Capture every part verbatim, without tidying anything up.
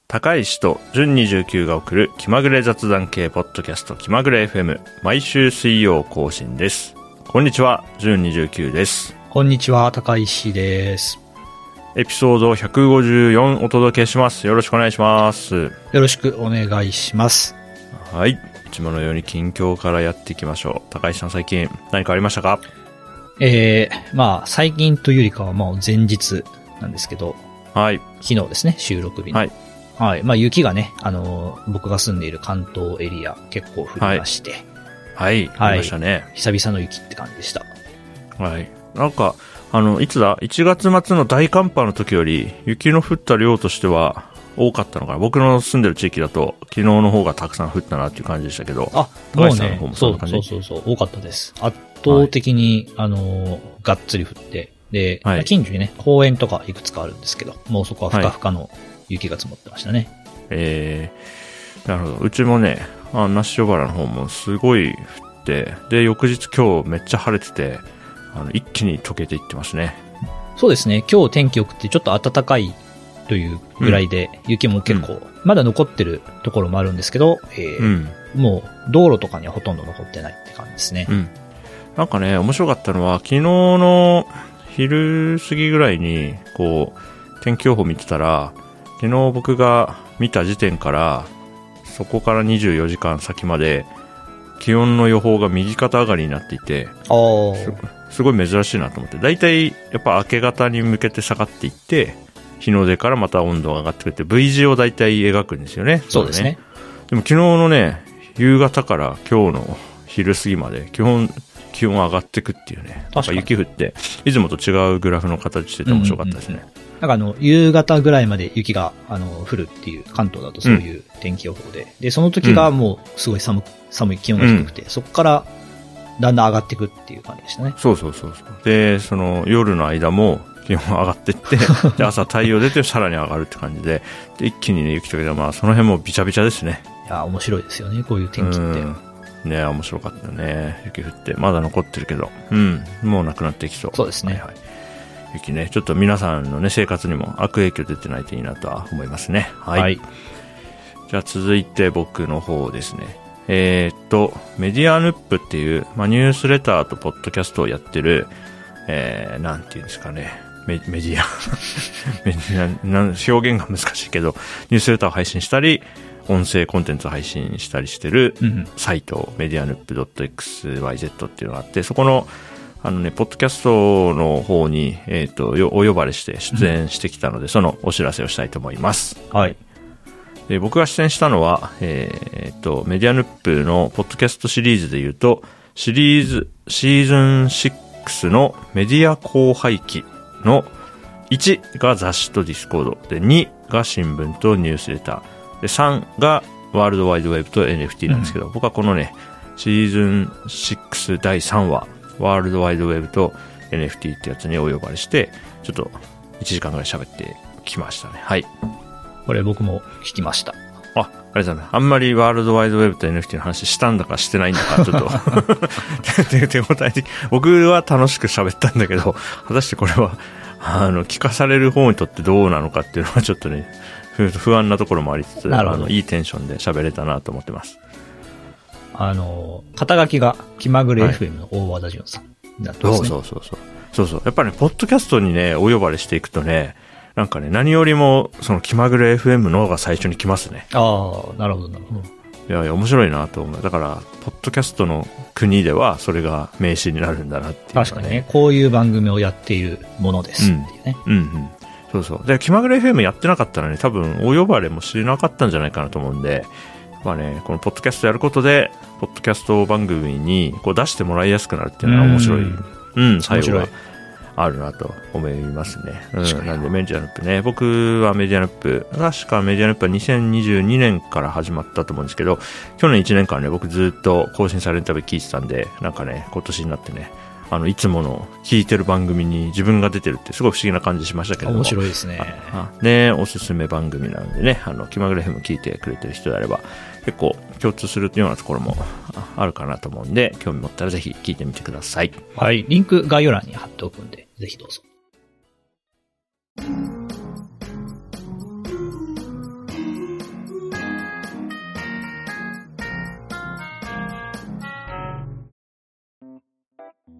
高石と準にじゅうきゅうが送る気まぐれ雑談系ポッドキャスト気まぐれ エフエム、 毎週水曜更新です。こんにちは、準にじゅうきゅうです。 こんにちは、高石です。 エピソードひゃくごじゅうよんお届けします。よろしくお願いします。 よろしくお願いします。 はい、いつものように近況からやっていきましょう。高石さん、最近何かありましたか？ えー、まあ最近というよりかはもう前日なんですけど、 はい、 昨日ですね、収録日の。はいはい。まあ雪がね、あのー、僕が住んでいる関東エリア結構降りまして。 はい。はい。降りましたね。 久々の雪って感じでした。 はい。なんか、あの、いつだ ?いち 月末の大寒波の時より、雪の降った量としては多かったのかな。僕の住んでる地域だと、昨日の方がたくさん降ったなっていう感じでしたけど。 あ、もうね、そうそうそうそう、多かったです。圧倒的に、はい、あのー、がっつり降って。で、はい、近所にね、公園とかいくつかあるんですけど、もうそこはふかふかの、はい雪が積もってましたね。 えー、なるほど。うちもね、あ、那須塩原の方もすごい降って、で、翌日今日めっちゃ晴れてて、あの、一気に溶けていってますね。 そうですね。今日天気良くてちょっと暖かいというぐらいで、うん、雪も結構、うん、まだ残ってるところもあるんですけど、えーうん、もう道路とかにはほとんど残ってないって感じですね。 うん。なんかね、面白かったのは、昨日の昼過ぎぐらいに、こう、天気予報見てたら、昨日僕が見た時点からそこからにじゅうよじかん先まで気温の予報が右肩上がりになっていて、す, すごい珍しいなと思って、だいたいやっぱ明け方に向けて下がっていって日の出からまた温度が上がってくれて V 字をだいたい描くんですよね。 そうですね。 でも昨日のね夕方から今日の昼過ぎまで基本気温上がってくっていうね。なんか雪降っていつもと違うグラフの形してて面白かったですね。うんうんうん、 なんかあの、夕方ぐらいまで雪が、あの、降るっていう、関東だとそういう天気予報で。うん、で、その時がもう、すごい寒、寒い気温が低くて、うん、そこから、だんだん上がっていくっていう感じでしたね。 そうそうそうそう。で、その、夜の間も、気温が上がっていって、で、朝太陽出てさらに上がるって感じで、で、一気にね、雪とけたら、まあ、その辺もびちゃびちゃですね。 いや、面白いですよね、こういう天気って。うんね、面白かったね。雪降って、まだ残ってるけど、うん、もうなくなってきそう。 そうですね。 はいはい。雪ね、ちょっと皆さんのね、生活にも悪影響出てないといいなとは思いますね。はい。はい、じゃあ続いて僕の方ですね。えー、っと、メディアヌップっていう、まあ、ニュースレターとポッドキャストをやってる、えー、なんていうんですかね。メ, メディア。メディアな、表現が難しいけど、ニュースレターを配信したり、音声コンテンツを配信したりしてるサイト、うん、メディアヌップ ドットエックスワイゼット っていうのがあって、そこの、あのね、ポッドキャストの方に、えっと、お呼ばれして出演してきたので、うん、そのお知らせをしたいと思います。 はい。 で、僕が出演したのは、えっと、メディアヌップのポッドキャストシリーズで言うと、シリーズ、シーズンシックスのメディア広廃期のいちが雑誌とディスコード、で、にが新聞とニュースレター、で、さんがワールドワイドウェブと エヌエフティー なんですけど、うん、僕はこのね、シーズンシックスだいさんわ、ワールドワイドウェブと エヌエフティー ってやつにお呼ばれして、ちょっといちじかんぐらい喋ってきましたね。はい。 これ僕も聞きました。 あ、ありがとうございます。あんまりワールドワイドウェブと エヌエフティー の話したんだかしてないんだか、ちょっと手、手応え的。僕は楽しく喋ったんだけど、果たしてこれは、あの、聞かされる方にとってどうなのかっていうのはちょっとね、不安なところもありつつ、あの、いいテンションで喋れたなと思ってます。 あの、肩書きが気まぐれ エフエム の大和田潤さんになってますね。 そうそうそうそう。そうそう。やっぱりね、ポッドキャストにね、お呼ばれしていくとね、なんかね、何よりも、その気まぐれ エフエム の方が最初に来ますね。 ああ、なるほどなるほど。 いやいや、面白いなと思う。だから、ポッドキャストの国では、それが名詞になるんだなっていう、ね。 確かにね、こういう番組をやっているものですっていうね。 うん、うん、うん。そうそう。で、気まぐれ エフエム やってなかったらね、多分、お呼ばれもしなかったんじゃないかなと思うんで、まあね、このポッドキャストやることで、ポッドキャスト番組にこう出してもらいやすくなるっていうのは面白い、うん、うん、作用があるなと思いますね。うん、なんでメディアヌップね、僕はメディアヌップ、確かメディアヌップはにせんにじゅうにねんから始まったと思うんですけど、去年いちねんかんね、僕ずっと更新されるたび聞いてたんで、なんかね、今年になってね、あのいつもの聞いてる番組に自分が出てるってすごい不思議な感じしましたけども、 面白いですね。 ああね、おすすめ番組なのでね、あの気まぐれ エフエム 聞いてくれてる人であれば結構共通するようなところもあるかなと思うんで、興味持ったらぜひ聞いてみてください。 はい、リンク概要欄に貼っておくんでぜひどうぞ。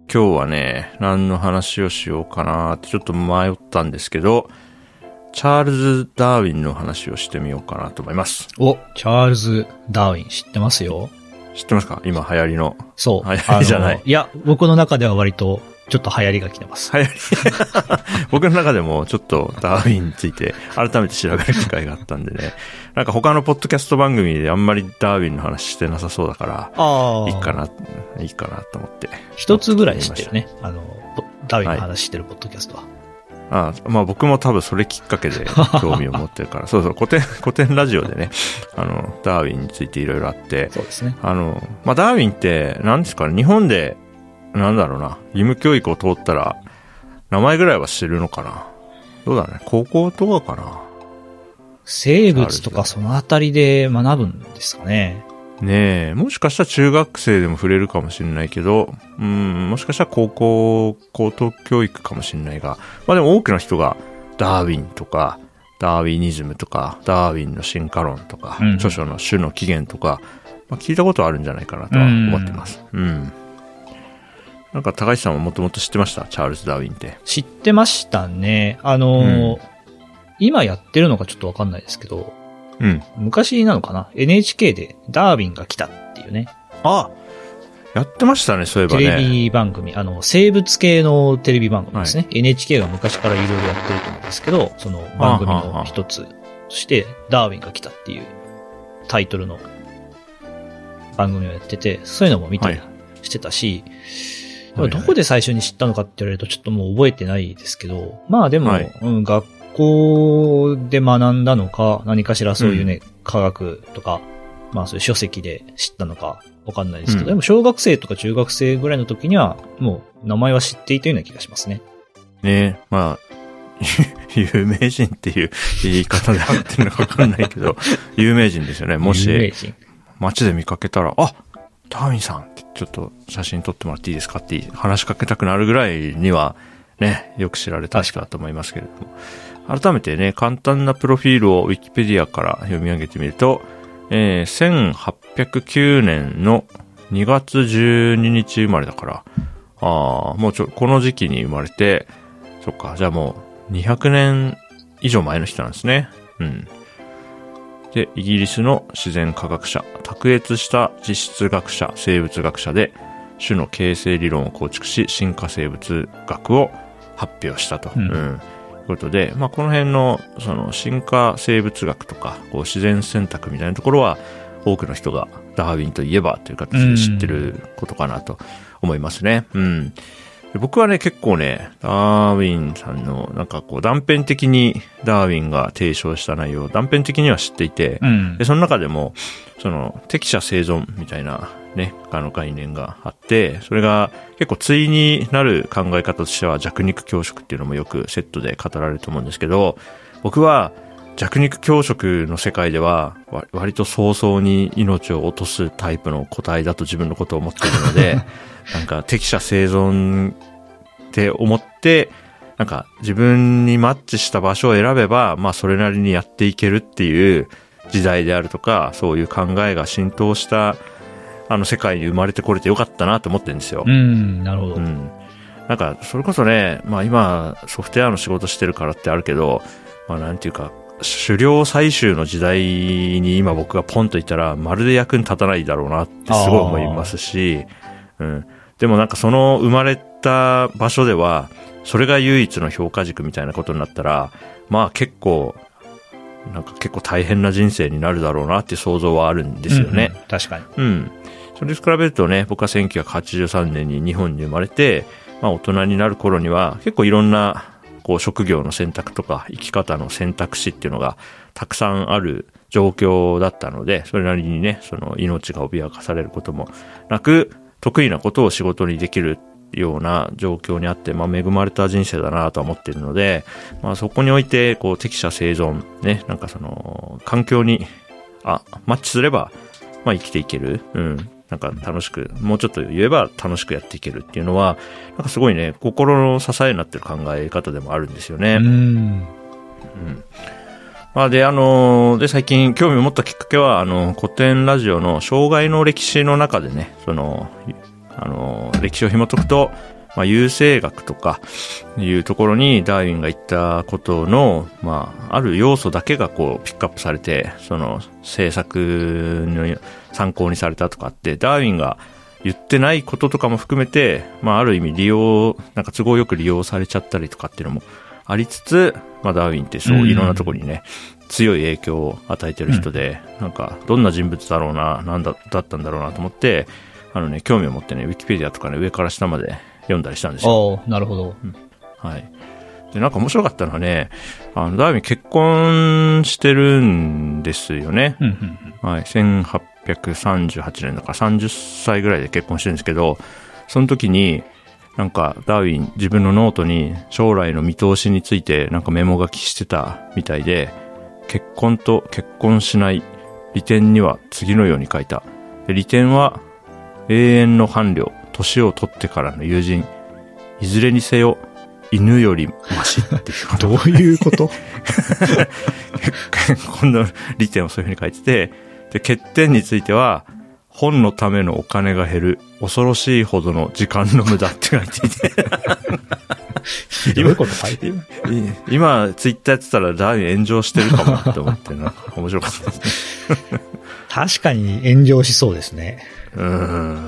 今日はね、何の話をしようかなってちょっと迷ったんですけど、チャールズ・ダーウィンの話をしてみようかなと思います。 お、チャールズ・ダーウィン知ってますよ。 知ってますか？今流行りの。 そう。 流行りじゃない。 いや、僕の中では割とちょっと流行りが来てます。 流行り僕の中でもちょっとダーウィンについて改めて調べる機会があったんでね。なんか他のポッドキャスト番組であんまりダーウィンの話してなさそうだから、あいいかな、いいかなと思って。 一つぐらい知ってるね。あの、ダーウィンの話してるポッドキャストは。はい、 ああ、まあ僕も多分それきっかけで興味を持ってるから。そうそう、古典、古典ラジオでね、あの、ダーウィンについていろいろあって。 そうですね。 あの、まあダーウィンって、何ですかね、日本で、なんだろうな、義務教育を通ったら、名前ぐらいは知るのかな。どうだね、高校とかかな。 生物とかそのあたりで学ぶんですかね。 ねえ、もしかしたら中学生でも触れるかもしれないけど、うん、もしかしたら高校、高等教育かもしれないが、まあでも多くの人がダーウィンとか、ダーウィニズムとか、ダーウィンの進化論とか、うん、著書の種の起源とか、まあ、聞いたことあるんじゃないかなとは思ってます。うん、うん。なんか高橋さんはもともと知ってました？チャールズ・ダーウィンって。 知ってましたね。あのー、うん、今やってるのかちょっとわかんないですけど、 うん。 昔なのかな ?エヌエイチケー でダーウィンが来たっていうね。 あ、やってましたね、そういえばね。 テレビ番組、あの、生物系のテレビ番組ですね。はい、エヌエイチケー が昔からいろいろやってると思うんですけど、その番組の一つとして、ダーウィンが来たっていうタイトルの番組をやってて、そういうのも見たりしてたし、はい、どこで最初に知ったのかって言われるとちょっともう覚えてないですけど、まあでも、はい、うん、学校で学んだのか、何かしらそういうね、うん、科学とか、まあそういう書籍で知ったのかわかんないですけど、うん、でも小学生とか中学生ぐらいの時には、もう名前は知っていたような気がしますね。 ねえ、まあ、有名人っていう言い方で合ってるのかわかんないけど、有名人ですよね。もし、街で見かけたら、あ、ダーウィンさんってちょっと写真撮ってもらっていいですかって話しかけたくなるぐらいには、ね、よく知られた人だと思いますけれども。改めてね、簡単なプロフィールをウィキペディアから読み上げてみると、えー、せんはっぴゃくきゅうねんのにがつじゅうににち生まれだから、ああ、もうちょ、この時期に生まれて、そっか、じゃあもうにひゃくねん以上前の人なんですね。うん。で、イギリスの自然科学者、卓越した地質学者、生物学者で、種の形成理論を構築し、進化生物学を発表したと。うん。うん、ということで、まあ、この辺の、その、進化生物学とか、こう、自然選択みたいなところは、多くの人がダーウィンといえばという形で知ってることかなと思いますね。うん。で僕はね、結構ね、ダーウィンさんの、なんかこう、断片的にダーウィンが提唱した内容、断片的には知っていて、うん、で、その中でも、その、適者生存みたいなね、あの概念があって、それが結構対になる考え方としては弱肉強食っていうのもよくセットで語られると思うんですけど、僕は弱肉強食の世界では割と早々に命を落とすタイプの個体だと自分のことを思っているので、なんか適者生存って思って、なんか自分にマッチした場所を選べば、まあそれなりにやっていけるっていう時代であるとか、そういう考えが浸透したあの世界に生まれてこれてよかったなと思ってるんですよ。 うん、なるほど。 うん。なんかそれこそね、まあ今ソフトウェアの仕事してるからってあるけど、まあなんていうか、狩猟採集の時代に今僕がポンといったらまるで役に立たないだろうなってすごい思いますし、うん。でもなんかその生まれた場所では、それが唯一の評価軸みたいなことになったら、まあ結構、なんか結構大変な人生になるだろうなっていう想像はあるんですよね。 うんうん、確かに。 うん。それに比べるとね、僕はせんきゅうひゃくはちじゅうさんねんに日本に生まれて、まあ大人になる頃には結構いろんなこう職業の選択とか生き方の選択肢っていうのがたくさんある状況だったので、それなりにね、その命が脅かされることもなく、得意なことを仕事にできるような状況にあって、まあ恵まれた人生だなとは思っているので、まあそこにおいて、こう適者生存、ね、なんかその環境に、あ、マッチすれば、まあ生きていける。うん。なんか楽しく、もうちょっと言えば楽しくやっていけるっていうのは、なんかすごいね、心の支えになってる考え方でもあるんですよね。 うん。うん。 まあで、あの、で、最近興味を持ったきっかけは、あの、古典ラジオの障害の歴史の中でね、その、あの、歴史を紐解くと、 まあ、優生学とかいうところにダーウィンが言ったことの、まあ、ある要素だけがこうピックアップされて、その政策の参考にされたとかって、ダーウィンが言ってないこととかも含めて、まあ、ある意味利用、なんか都合よく利用されちゃったりとかっていうのもありつつ、まあ、ダーウィンってそういろんなところにね、強い影響を与えてる人で、うん、なんかどんな人物だろうな、なんだ、だったんだろうなと思って、あのね、興味を持ってね、ウィキペディアとかね、上から下まで読んだりしたんですよ。 ああ、なるほど、うん。 はい。で、なんか面白かったのはね、あの、ダーウィン結婚してるんですよね。 うんうんうん、 はい。せんはっぴゃくさんじゅうはちねんだからさんじゅっさいぐらいで結婚してるんですけど、その時に、なんか、ダーウィン自分のノートに将来の見通しについてなんかメモ書きしてたみたいで、結婚と結婚しない利点には次のように書いた。で、利点は永遠の伴侶、年を取ってからの友人、いずれにせよ犬よりマシっていうこと。 どういうこと結婚の利点をそういうふうに書いてて、で、欠点については、本のためのお金が減る、恐ろしいほどの時間の無駄って書いていて。 どういうこと書いてる？ 今、ツイッターやってたらダーウィン炎上してるかもなって思って、なんか面白かったですね。 確かに炎上しそうですね。 うん。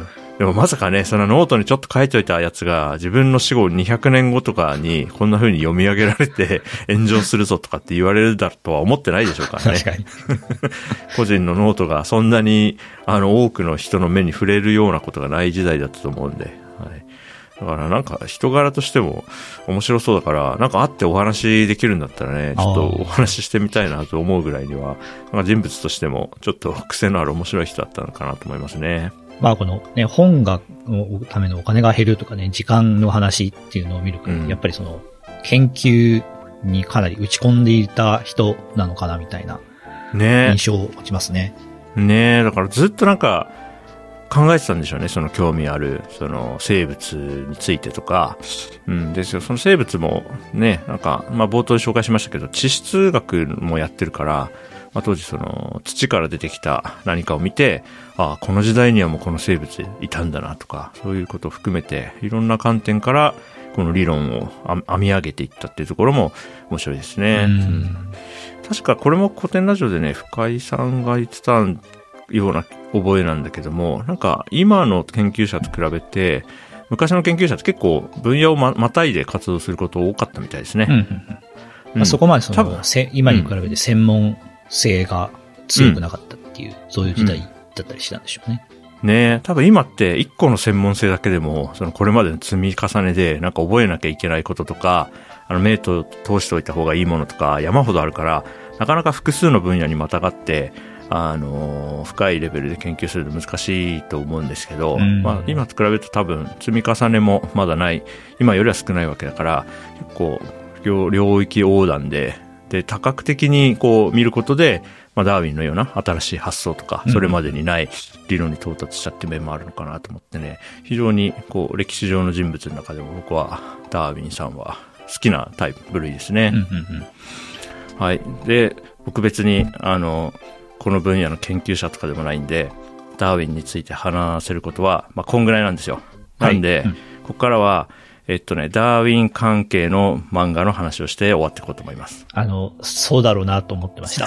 でもまさかね、そのノートにちょっと書いといたやつが、自分の死後にひゃくねんごとかにこんな風に読み上げられて炎上するぞとかって言われるだとは思ってないでしょうからね。 確かに。 個人のノートがそんなに、あの、多くの人の目に触れるようなことがない時代だったと思うんで。はい。だからなんか人柄としても面白そうだから、なんか会ってお話できるんだったらね、ちょっとお話ししてみたいなと思うぐらいには、なんか人物としてもちょっと癖のある面白い人だったのかなと思いますね。 まあこのね、本が、のためのお金が減るとかね、時間の話っていうのを見るから、うん、やっぱりその、研究にかなり打ち込んでいた人なのかなみたいな、印象を持ちますね。 ねえ、だからずっとなんか、考えてたんでしょうね、その興味ある、その生物についてとか。うんですよ。その生物もね、なんか、まあ冒頭で紹介しましたけど、地質学もやってるから、まあ、当時その土から出てきた何かを見て、ああ、この時代にはもうこの生物いたんだなとか、そういうことを含めて、いろんな観点からこの理論を編み上げていったっていうところも面白いですね。うん、確かこれも古典ラジオでね、深井さんが言ってたような覚えなんだけども、なんか今の研究者と比べて、昔の研究者って結構分野をま、またいで活動すること多かったみたいですね。 うんうんうんまあ、そこまでその、今に比べて専門性が強くなかったっていう、うん、そういう時代だったりしたんでしょうね。 ねえ、多分今って一個の専門性だけでも、そのこれまでの積み重ねでなんか覚えなきゃいけないこととか、あの目と通しておいた方がいいものとか山ほどあるから、なかなか複数の分野にまたがって、あのー、深いレベルで研究すると難しいと思うんですけど、うん、まあ今と比べると多分積み重ねもまだない、今よりは少ないわけだから、結構領、領域横断で、で、多角的にこう見ることで、まあダーウィンのような新しい発想とか、それまでにない理論に到達したっていう面もあるのかなと思ってね、非常にこう歴史上の人物の中でも僕はダーウィンさんは好きなタイプ、部類ですね。 うんうんうん、 はい。で、僕別に、あの、この分野の研究者とかでもないんで、ダーウィンについて話せることは、まあ、こんぐらいなんですよ。なんで、はいうん、ここからは、えっとね、ダーウィン関係の漫画の話をして終わっていこうと思います。 あの、そうだろうなと思ってました。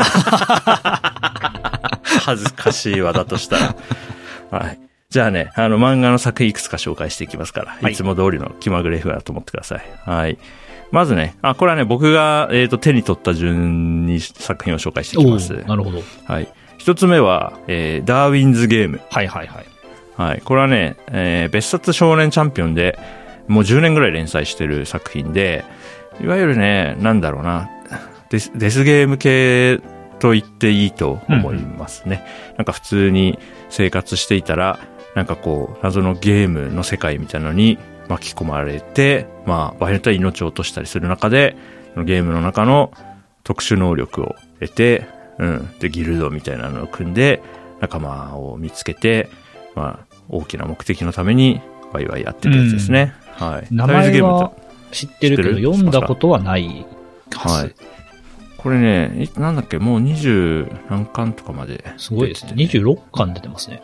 恥ずかしいわだとしたら。はい。じゃあね、あの、漫画の作品いくつか紹介していきますから、はい、いつも通りの気まぐれ F だと思ってください。はい。まずね、あ、これはね、僕が、えっと、手に取った順に作品を紹介していきます。 なるほど。 はい。一つ目は、えー、ダーウィンズゲーム。 はいはいはい。 はい。これはね、えー、別冊少年チャンピオンで、もうじゅうねんぐらい連載してる作品で、いわゆるね、なんだろうな、デス、デスゲーム系と言っていいと思いますね。うん、なんか普通に生活していたら、なんかこう、謎のゲームの世界みたいなのに、巻き込まれて、まあ、場合によっては命を落としたりする中で、ゲームの中の特殊能力を得て、うん、で、ギルドみたいなのを組んで、仲間を見つけて、まあ、大きな目的のために、ワイワイやってるやつですね。うん、はい。 名前は知ってるけど、読んだことはないはず。はい。 これね、なんだっけ、もうにじゅう何巻とかまで。 すごいですね。にじゅうろっかん出てますね。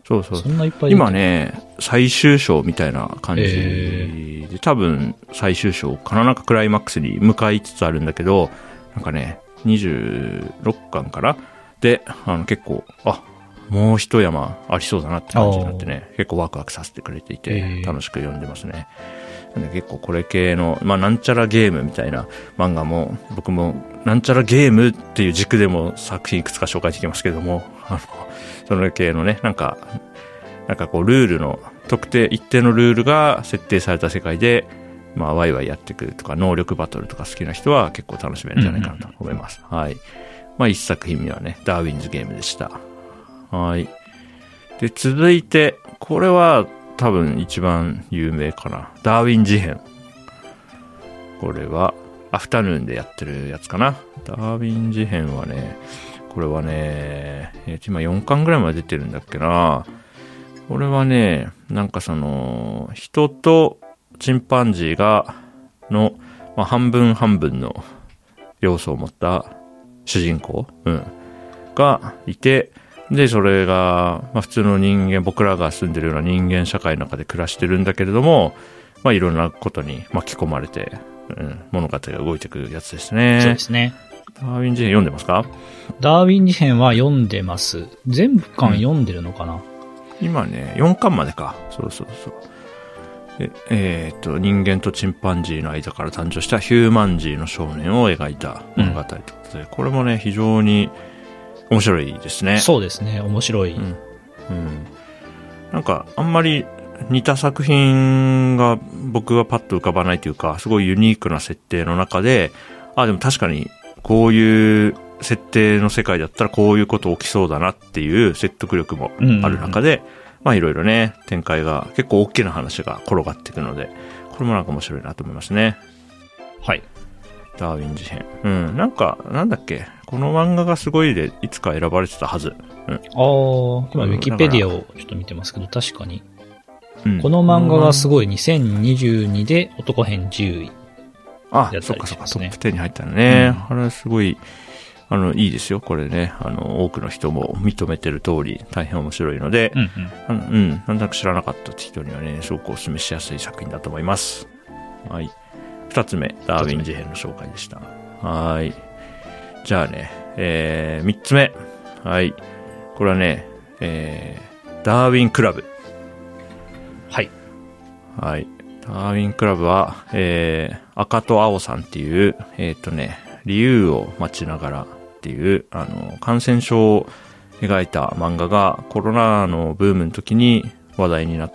そうそう。 そんないっぱい今ね、最終章みたいな感じで、えー、多分最終章かな、なんかクライマックスに向かいつつあるんだけど、なんかね、にじゅうろっかんかなで、あの結構、あ、もう一山ありそうだなって感じになってね、結構ワクワクさせてくれていて、楽しく読んでますね。結構これ系の、まあなんちゃらゲームみたいな漫画も、僕もなんちゃらゲームっていう軸でも作品いくつか紹介してきますけれども、あの、その系のね、なんか、なんかこうルールの、特定、一定のルールが設定された世界で、まあワイワイやっていくとか、能力バトルとか好きな人は結構楽しめるんじゃないかなと思います。うんうん、はい。まあ一作品目はね、ダーウィンズゲームでした。はい。で、続いて、これは多分一番有名かな。ダーウィン事変。これは、アフタヌーンでやってるやつかな。ダーウィン事変はね、これはね、えー、今よんかんぐらいまで出てるんだっけな。これはね、なんかその、人とチンパンジーが、の、まあ、半分半分の要素を持った主人公、うん、がいて、で、それが、まあ、普通の人間、僕らが住んでるような人間社会の中で暮らしてるんだけれども、まあ、いろんなことに巻き込まれて、うん、物語が動いていくやつですね。 そうですね。 ダーウィン事変読んでますか？ ダーウィン事変は読んでます。全部巻読んでるのかな、うん、 今ね、よんかんまでか。そうそうそう。え、えー、っと、人間とチンパンジーの間から誕生したヒューマンジーの少年を描いた物語ということで、うん、これもね、非常に面白いですね。 そうですね、面白い。うん。うん、 なんか、あんまり似た作品が僕はパッと浮かばないというか、すごいユニークな設定の中で、あ、でも確かにこういう設定の世界だったらこういうこと起きそうだなっていう説得力もある中で、うんうんうん、まあいろいろね、展開が結構大きな話が転がっていくので、これもなんか面白いなと思いますね。 はい。 ダーウィン事変。うん。なんか、なんだっけ。この漫画がすごいで、いつか選ばれてたはず。うん。ああ、 今ウィキペディアをちょっと見てますけど、確かに。うん、この漫画がすごいにせんにじゅうにで男編じゅうい。 あ、そっかそっか、トップじゅうに入ったのね。うん、あれすごい、あの、いいですよ。これね。あの、多くの人も認めてる通り、大変面白いので、うん、うん、うん。なんとなく知らなかったって人にはね、すごくお勧めしやすい作品だと思います。はい。二つ目、ダーウィン事変の紹介でした。はい。じゃあね、えー、三つ目。はい。これはね、えー、ダーウィンクラブ。 はい。 はい。ダーウィンクラブは、えー、赤と青さんっていう、えっとね、理由を待ちながらっていう、あの、感染症を描いた漫画がコロナのブームの時に話題になって、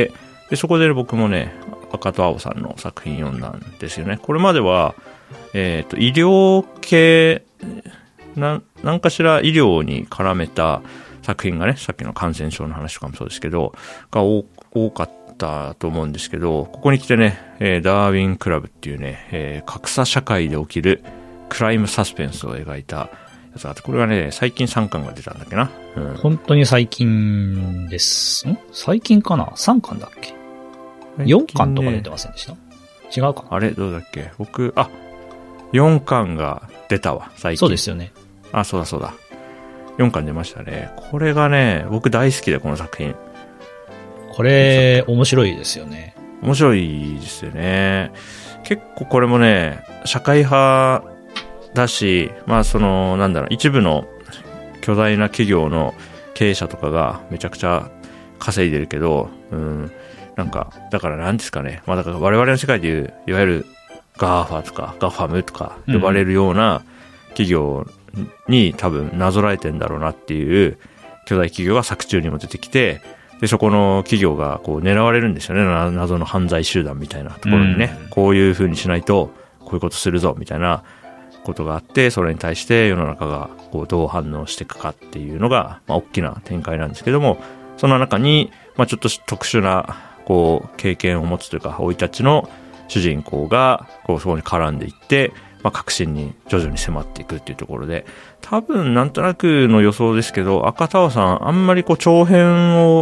で、そこで僕もね、赤と青さんの作品読んだんですよね。これまでは、えっと、医療系、な、なんかしら医療に絡めた作品がね、さっきの感染症の話とかもそうですけど、が多かったと思うんですけど、ここに来てね、えー、ダーウィンクラブっていうね、えー、格差社会で起きるクライムサスペンスを描いたやつがあって、これがね、最近さんかんが出たんだっけな。 うん、本当に最近です。ん最近かな ?さん 巻だっけ、ね、よんかんとか出てませんでした？違うかな。 あれどうだっけ僕、あ、よんかんが出たわ、最近。 そうですよね。 あ、そうだそうだ。よんかん出ましたね。これがね、僕大好きで、この作品。 これ、面白いですよね。 面白いですよね。結構これもね、社会派だし、まあその、なんだろう、一部の巨大な企業の経営者とかがめちゃくちゃ稼いでるけど、うん、なんか、だから何ですかね。まあだから我々の世界でいう、いわゆるガーファとかガファムとか呼ばれるような企業に多分なぞらえてんだろうなっていう巨大企業が作中にも出てきて、で、そこの企業がこう狙われるんですよね。謎の犯罪集団みたいなところにね、うん、こういう風にしないとこういうことするぞみたいなことがあって、それに対して世の中がこうどう反応していくかっていうのが、まあ、大きな展開なんですけども、その中に、まあ、ちょっと特殊なこう経験を持つというか、生い立ちの主人公がこうそこに絡んでいって、まあ、確信に徐々に迫っていくっていうところで、多分なんとなくの予想ですけど、赤田さんあんまりこう長編を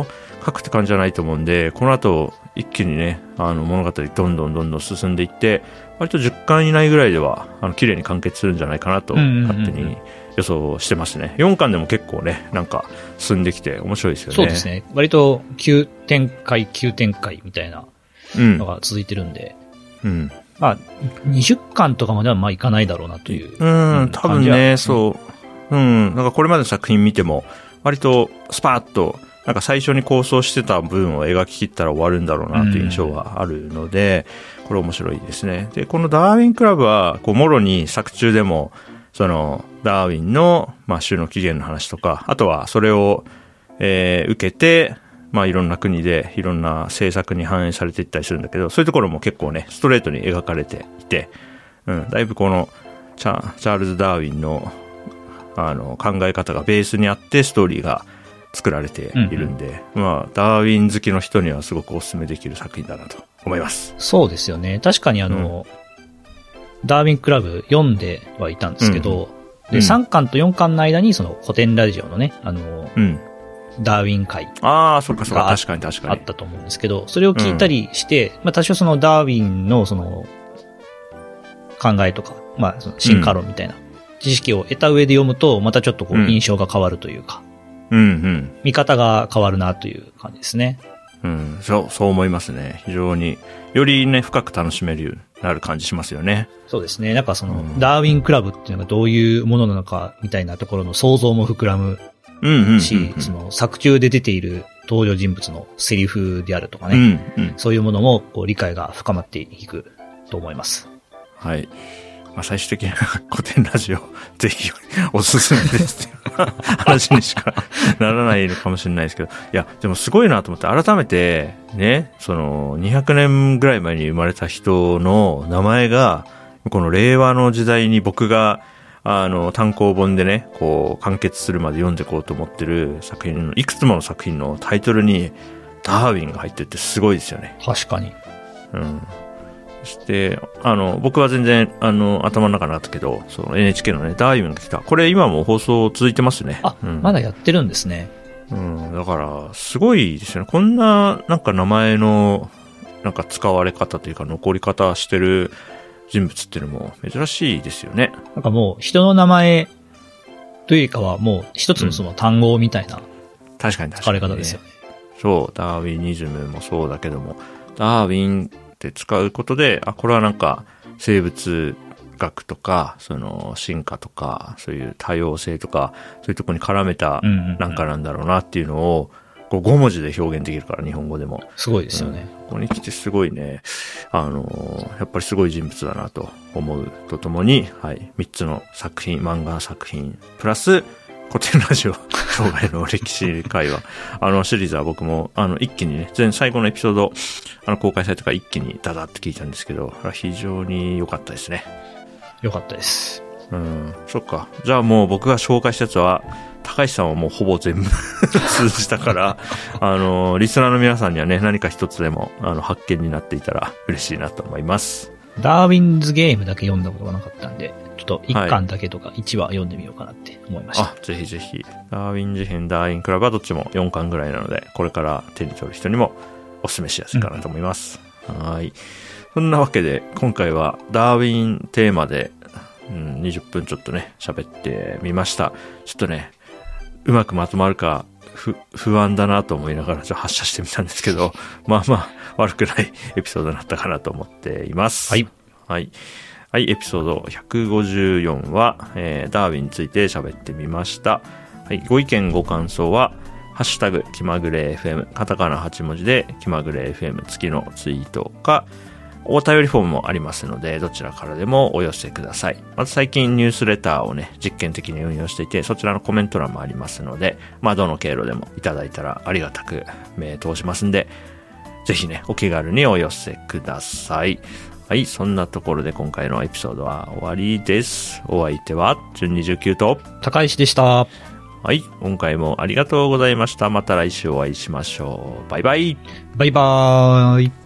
書くって感じじゃないと思うんで、この後一気にね、あの物語どんどんどんどん進んでいって、割とじゅっかん以内ぐらいではあの綺麗に完結するんじゃないかなと勝手に予想してますね。よんかんでも結構ね、なんか進んできて面白いですよね。 そうですね。割と急展開急展開みたいなのが続いてるんで、うん、うん、まあにじゅっかんとかまではまあいかないだろうなという、 うん、うん、多分ね、そう、うん、なんかこれまでの作品見ても割とスパーッとなんか最初に構想してた部分を描き切ったら終わるんだろうなという印象があるので、うん、これ面白いですね。で、このダーウィンクラブは、こう、もろに作中でも、その、ダーウィンの、まあ、種の起源の話とか、あとはそれを、えー、受けて、まあ、いろんな国でいろんな政策に反映されていったりするんだけど、そういうところも結構ね、ストレートに描かれていて、うん、だいぶこの、チャ、チャールズ・ダーウィンの、あの、考え方がベースにあって、ストーリーが、作られているんで、うんうん、まあ、ダーウィン好きの人にはすごくお勧めできる作品だなと思います。 そうですよね。確かにあの、うん、ダーウィンクラブ読んではいたんですけど、うん、で、さんかんとよんかんの間にその古典ラジオのね、あの、うん、ダーウィン会。 ああ、そっかそっか、確かに確かに。 あったと思うんですけど、それを聞いたりして、うん、まあ多少そのダーウィンのその、考えとか、まあその進化論みたいな知識を得た上で読むと、またちょっとこう印象が変わるというか、うんうんうん。 見方が変わるなという感じですね。 うん、そう、そう思いますね。非常に、よりね、深く楽しめるようになる感じしますよね。 そうですね。なんかその、うん、ダーウィンクラブっていうのがどういうものなのかみたいなところの想像も膨らむし、うんうんうんうん、その作中で出ている登場人物のセリフであるとかね、うんうん、そういうものもこう理解が深まっていくと思います。 はい。まあ、最終的に古典ラジオ、ぜひおすすめですっていう話にしかならないのかもしれないですけど、いや、でもすごいなと思って、改めて、ね、その、にひゃくねんぐらい前に生まれた人の名前が、この令和の時代に僕が、あの、単行本でね、こう、完結するまで読んでいこうと思ってる作品の、いくつもの作品のタイトルに、ダーウィンが入ってってすごいですよね。 確かに。 うん。そして、あの、僕は全然、あの、頭の中にあったけど、その エヌエイチケー のね、ダーウィンが来た。これ今も放送続いてますね。 あ、うん、まだやってるんですね。 うん、だから、すごいですよね。こんな、なんか名前の、なんか使われ方というか、残り方してる人物っていうのも珍しいですよね。 なんかもう、人の名前というかは、もう一つのその単語みたいな、 確かに確かに、 使われ方ですよね。 そう、ダーウィニズムもそうだけども、ダーウィンって使うことで、あ、これはなんか生物学とか、その進化とか、そういう多様性とか、そういうところに絡めたなんかなんだろうなっていうのを、こうご文字で表現できるから、日本語でも。 すごいですよね。 うん、ここに来てすごいね、あの、やっぱりすごい人物だなと思うとともに、はい、みっつの作品、漫画作品、プラス、古典ラジオ、生涯の歴史会話。あのシリーズは僕も、あの、一気にね、全最後のエピソード、あの、公開されてから一気にダダって聞いたんですけど、非常に良かったですね。 良かったです。 うん、そっか。じゃあもう僕が紹介したやつは、高橋さんはもうほぼ全部通じたから、あの、リスナーの皆さんにはね、何か一つでも、あの、発見になっていたら嬉しいなと思います。 ダーウィンズゲームだけ読んだことがなかったんで、ちょっといっかんだけとかいちわ読んでみようかなって思いました。 はい、あ、ぜひぜひ。ダーウィンズ編、ダーウィンクラブはどっちもよんかんぐらいなので、これから手に取る人にもお勧めしやすいかなと思います。うん、はい。そんなわけで、今回はダーウィンテーマで、うん、にじゅっぷんちょっとね、喋ってみました。ちょっとね、うまくまとまるか、ふ、不安だなと思いながらちょっと発射してみたんですけど、まあまあ、悪くないエピソードになったかなと思っています。 はい。 はい。はい、エピソードひゃくごじゅうよんは、えー、ダーウィンについて喋ってみました。はい、ご意見ご感想は、ハッシュタグ、気まぐれ エフエム、カタカナはち文字で、気まぐれ エフエム 付きのツイートか、お便りフォームもありますので、どちらからでもお寄せください。まず最近ニュースレターをね、実験的に運用していて、そちらのコメント欄もありますので、まあどの経路でもいただいたらありがたく目通しますんで、ぜひね、お気軽にお寄せください。はい、そんなところで今回のエピソードは終わりです。お相手は、じゅんにじゅうきゅうと、 高石でした。 はい、今回もありがとうございました。また来週お会いしましょう。バイバイ。 バイバーイ。